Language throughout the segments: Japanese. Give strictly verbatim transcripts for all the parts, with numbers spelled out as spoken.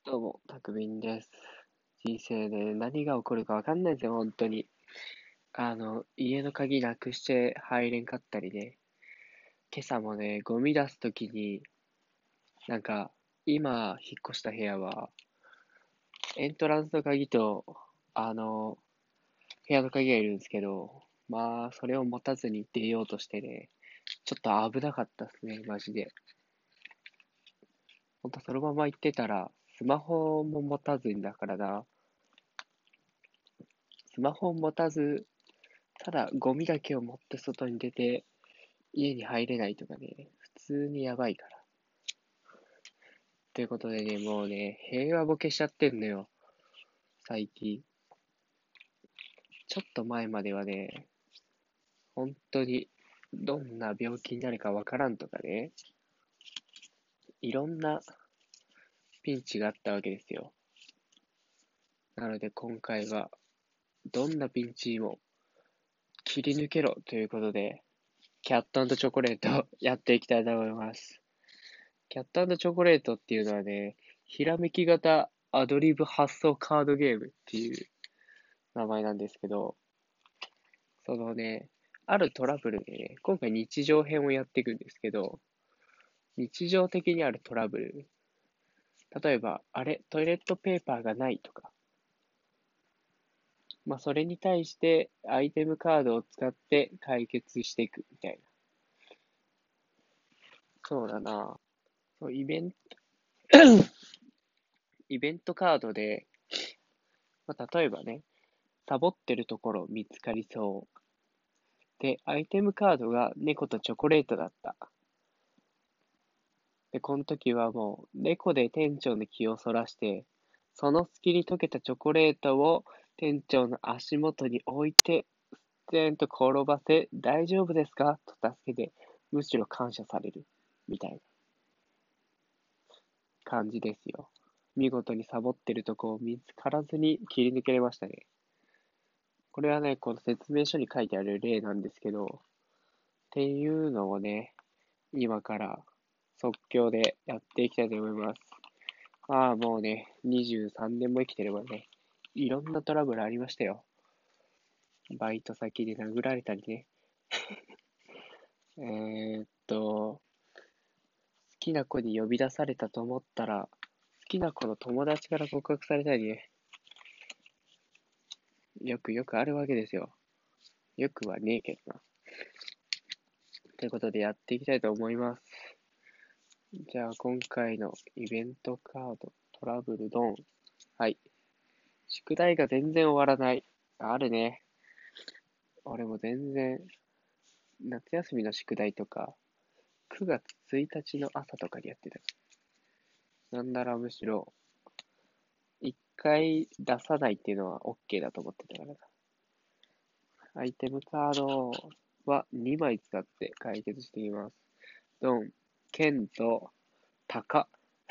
どうも、たくみんです。人生で何が起こるかわかんないですよ、本当に。あの、家の鍵なくして入れんかったりね。今朝もね、ゴミ出すときに、なんか、今、引っ越した部屋は、エントランスの鍵と、あの、部屋の鍵がいるんですけど、まあ、それを持たずに出ようとしてね、ちょっと危なかったっすね、マジで。ほんと、そのまま行ってたら、スマホも持たずにだからな、スマホを持たず、ただゴミだけを持って外に出て家に入れないとかね、普通にやばいから。ということでね、もうね、平和ボケしちゃってんのよ、最近。ちょっと前まではね、本当にどんな病気になるかわからんとかね、いろんなピンチがあったわけですよ。なので今回は、どんなピンチも切り抜けろということで、キャットチョコレートやっていきたいと思います。キャットチョコレートっていうのはね、ひらめき型アドリブ発想カードゲームっていう名前なんですけど、そのね、あるトラブルでね、今回日常編をやっていくんですけど、日常的にあるトラブル、例えば、あれ、トイレットペーパーがないとか、まあ、それに対してアイテムカードを使って解決していくみたいな。そうだな。そう、イベント、イベントカードで、まあ、例えばね、サボってるところ見つかりそう。で、アイテムカードが猫とチョコレートだった。で、この時はもう、猫で店長の気をそらして、その隙に溶けたチョコレートを店長の足元に置いて、ステンと転ばせ、大丈夫ですかと助けて、むしろ感謝される。みたいな感じですよ。見事にサボってるとこを見つからずに切り抜けれましたね。これはね、この説明書に書いてある例なんですけど、っていうのをね、今から即興でやっていきたいと思います。ああ、もうね、にじゅうさんねんも生きてればね、いろんなトラブルありましたよ。バイト先で殴られたりね。えーっと、好きな子に呼び出されたと思ったら、好きな子の友達から告白されたりね。よくよくあるわけですよ。よくはねえけどな。ということでやっていきたいと思います。じゃあ今回のイベントカード、トラブルドン。はい。宿題が全然終わらない。あるね。俺も全然、夏休みの宿題とか、くがつついたちの朝とかにやってた。なんならむしろ、一回出さないっていうのは OK だと思ってたからな。アイテムカードはにまい使って解決しています。ドン、剣と鷹。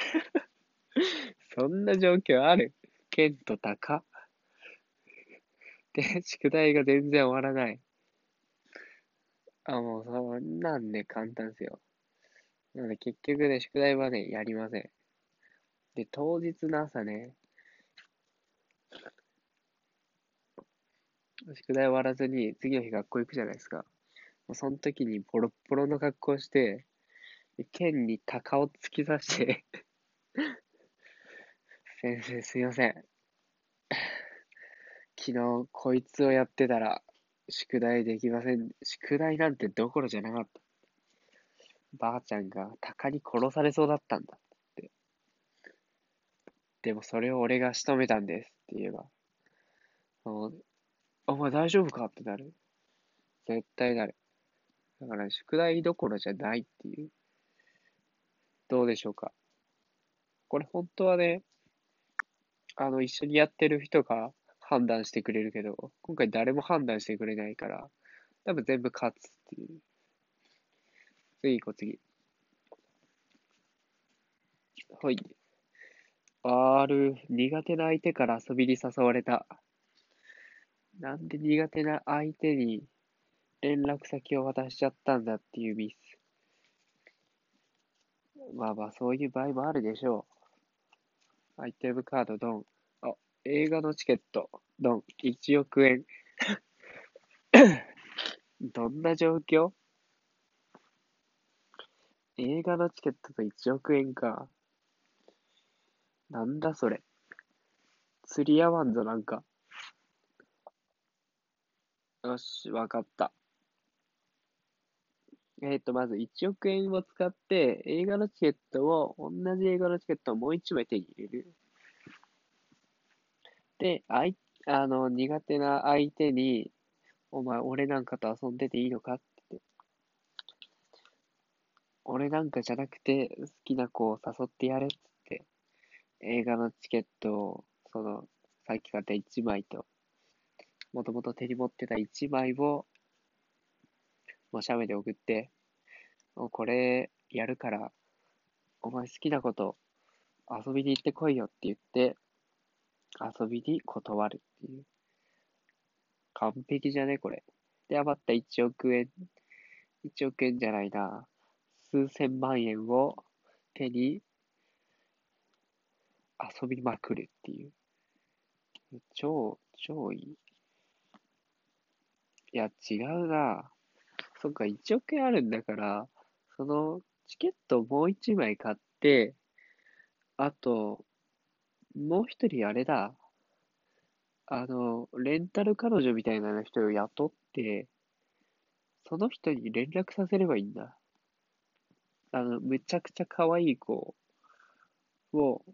そんな状況ある？剣と鷹で、宿題が全然終わらない。あ、もうそんなんね、簡単ですよ。なので結局ね、宿題はね、やりません。で、当日の朝ね、宿題終わらずに次の日学校行くじゃないですか。もうその時にボロッボロの格好して、剣に鷹を突き刺して先生すいません。昨日こいつをやってたら宿題できません。宿題なんてどころじゃなかった。ばあちゃんが鷹に殺されそうだったんだって。でもそれを俺が仕留めたんですって言えば、お前大丈夫かってなる。絶対なる。だから宿題どころじゃないっていう。どうでしょうか。これ本当はね、あの、一緒にやってる人が判断してくれるけど、今回誰も判断してくれないから、多分全部勝つっていう。次行こう、次。はい。R、苦手な相手から遊びに誘われた。なんで苦手な相手に連絡先を渡しちゃったんだっていうミス。まあまあ、そういう場合もあるでしょアイテムカードドン。あ、映画のチケットドン。いちおくえん。どんな状況？映画のチケットといちおくえんか。なんだそれ。釣り合わんぞ、なんか。よし、わかった。えっと、まずいちおくえんを使って、映画のチケットを、同じ映画のチケットをもういちまい手に入れる。で、あい、あの、苦手な相手に、お前、俺なんかと遊んでていいのかって。俺なんかじゃなくて、好きな子を誘ってやれっつって、映画のチケットを、その、さっき買ったいちまいと、もともと手に持ってたいちまいを、もう写メで送って、もうこれ、やるから、お前好きなこと遊びに行ってこいよって言って、遊びに断るっていう。完璧じゃねこれ。で、余ったいちおくえん、いちおくえんじゃないな。数千万円を手に遊びまくるっていう。超、超いい。いや、違うな。そっか、いちおくえんあるんだから、そのチケットをもういちまい買って、あと、もう一人あれだ。あの、レンタル彼女みたいな人を雇って、その人に連絡させればいいんだ。あの、めちゃくちゃ可愛い子を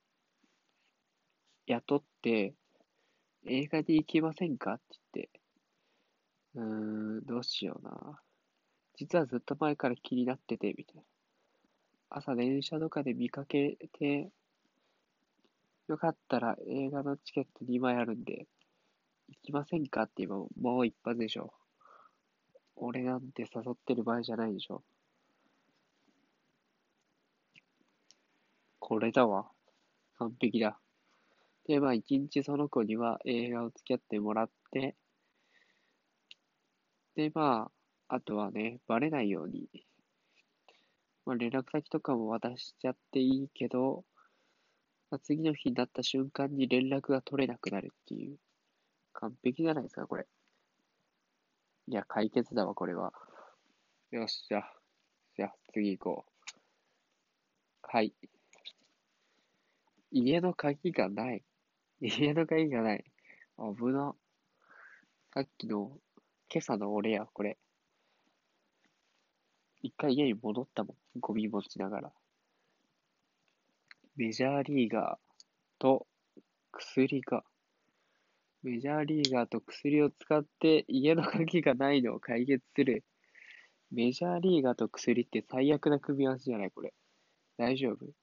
雇って、映画に行きませんかって言って、うーん、どうしような。実はずっと前から気になってて、みたいな。朝電車とかで見かけて、よかったら映画のチケットにまいあるんで、行きませんかって言えばもう一発でしょ。俺なんて誘ってる場合じゃないでしょ。これだわ。完璧だ。で、まあ一日その子には映画を付き合ってもらって、で、まあ、あとはね、バレないように、まあ連絡先とかも渡しちゃっていいけど、まあ、次の日になった瞬間に連絡が取れなくなるっていう。完璧じゃないですか、これ。いや、解決だわ、これは。よっしゃ。じゃあ、次行こう。はい。家の鍵がない。家の鍵がない。危な。さっきの、今朝の俺や、これ。一回家に戻ったもん。ゴミ持ちながら。メジャーリーガーと薬が。メジャーリーガーと薬を使って家の鍵がないのを解決する。メジャーリーガーと薬って最悪な組み合わせじゃないこれ。大丈夫？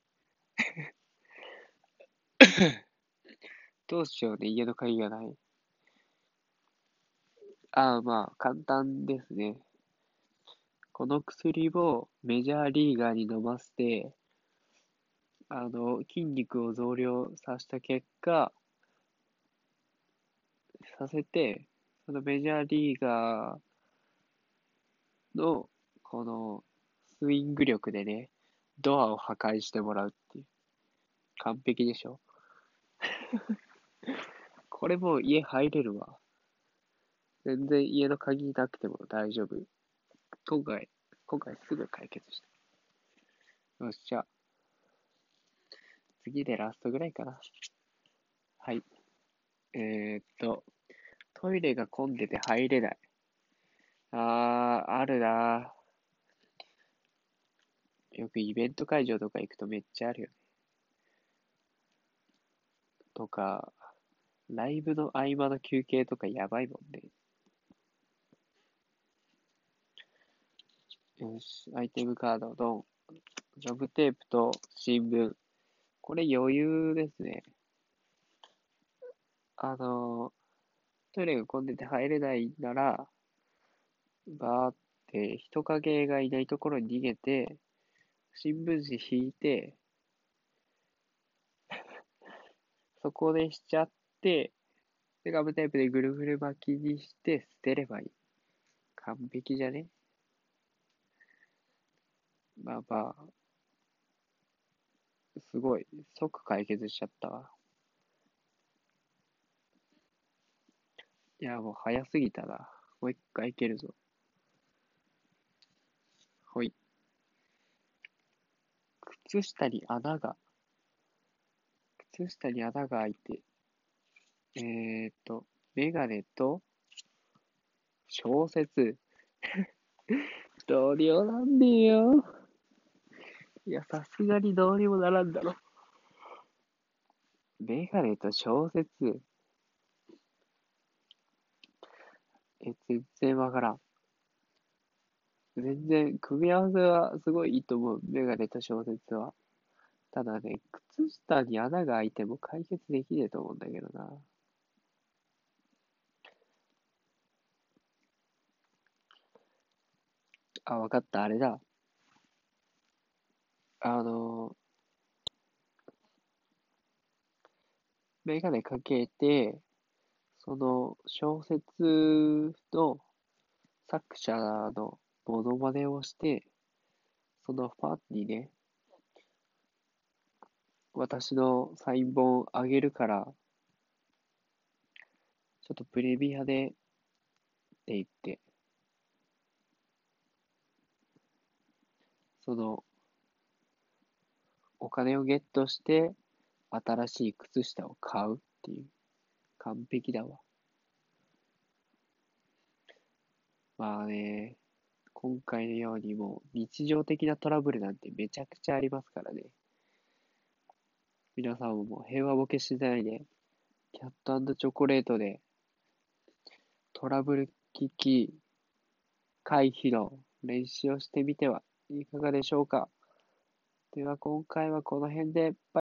どうしようね、家の鍵がない。ああ、まあ、簡単ですね。この薬をメジャーリーガーに飲ませて、あの、筋肉を増量させた結果、させて、そのメジャーリーガーの、この、スイング力でね、ドアを破壊してもらうっていう。完璧でしょ。これもう家入れるわ。全然家の鍵なくても大丈夫。今回、今回すぐ解決した。よっしゃ。次でラストぐらいかな。はい。えーっと、トイレが混んでて入れない。あー、あるなー。よくイベント会場とか行くとめっちゃあるよね。とか、ライブの合間の休憩とかやばいもんね。よし、アイテムカード、ドン。ジョブテープと新聞。これ余裕ですね。あのトイレが混んでて入れないなら、バーって人影がいないところに逃げて、新聞紙引いて、そこでしちゃって、で、ガムテープでぐるぐる巻きにして捨てればいい。完璧じゃね？まあまあ、 すごい。即解決しちゃったわ。いや、もう早すぎたな。もう一回いけるぞ。ほい。靴下に穴が、靴下に穴が開いて、えーっと、メガネと小説。どうにもなんねえよ。いや、さすがにどうにもならんだろ。メガネと小説。え、全然わからん。全然、組み合わせはすごいいいと思う。メガネと小説は。ただね、靴下に穴が開いても解決できねえと思うんだけどな。あ、わかった、あれだ。あの、メガネかけて、その小説の作者のモノマネをして、そのファンにね、私のサイン本あげるから、ちょっとプレミアでって言って、そのお金をゲットして、新しい靴下を買うっていう。完璧だわ。まあね、今回のようにもう日常的なトラブルなんてめちゃくちゃありますからね。皆さんももう平和ボケしないで、キャットチョコレートでトラブル危機回避の練習をしてみてはいかがでしょうか。では今回はこの辺で。